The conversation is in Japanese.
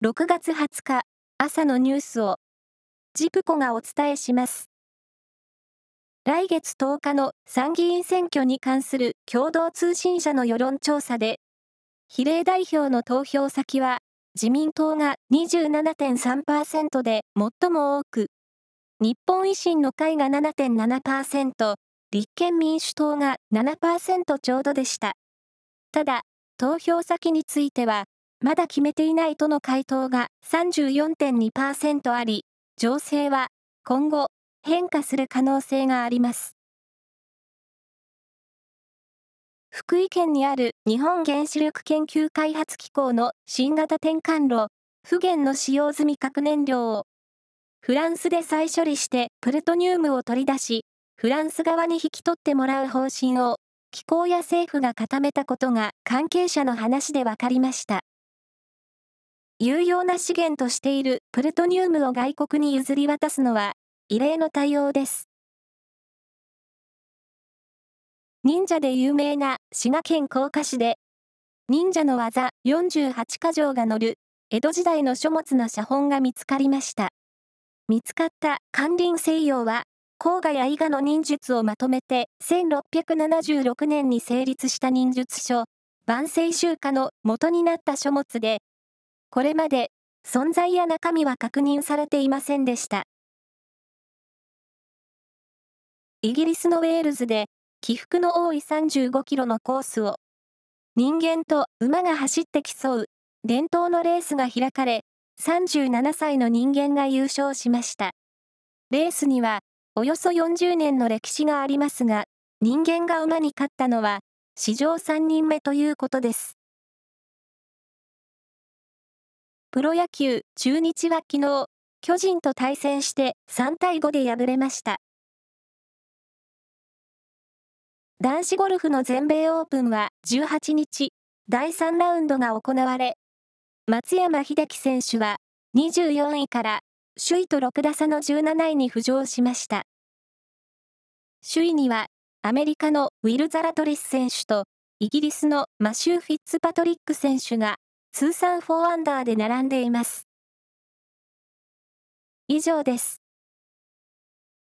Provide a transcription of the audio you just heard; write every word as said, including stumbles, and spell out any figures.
ろくがつはつか、朝のニュースを、ジプコがお伝えします。来月とおかの参議院選挙に関する共同通信社の世論調査で、比例代表の投票先は、自民党が にじゅうななてんさんパーセント で最も多く、日本維新の会が ななてんななパーセント、立憲民主党が ななパーセント ちょうどでした。ただ、投票先については、まだ決めていないとの回答が さんじゅうよんてんにパーセント あり、情勢は今後変化する可能性があります。福井県にある日本原子力研究開発機構の新型転換炉、フゲンの使用済み核燃料をフランスで再処理してプルトニウムを取り出し、フランス側に引き取ってもらう方針を機構や政府が固めたことが関係者の話で分かりました。有用な資源としているプルトニウムを外国に譲り渡すのは異例の対応です。忍者で有名な滋賀県甲賀市で、忍者の技よんじゅうはちかじょうが載る江戸時代の書物の写本が見つかりました。見つかった関林西洋は、甲賀や伊賀の忍術をまとめてせんろっぴゃくななじゅうろくねんに成立した忍術書、万世集下の元になった書物で、これまで存在や中身は確認されていませんでした。イギリスのウェールズで起伏の多いさんじゅうごキロのコースを人間と馬が走って競う伝統のレースが開かれ、さんじゅうななさいの人間が優勝しました。レースにはおよそよんじゅうねんの歴史がありますが、人間が馬に勝ったのは史上さんにんめということです。プロ野球、中日は昨日、巨人と対戦してさんたいごで敗れました。男子ゴルフの全米オープンはじゅうはちにち、だいさんラウンドが行われ、松山英樹選手はにじゅうよんいから首位とろくださのじゅうなないに浮上しました。首位にはアメリカのウィル・ザラトリス選手とイギリスのマシュー・フィッツパトリック選手が通算よんアンダーで並んでいます。以上です。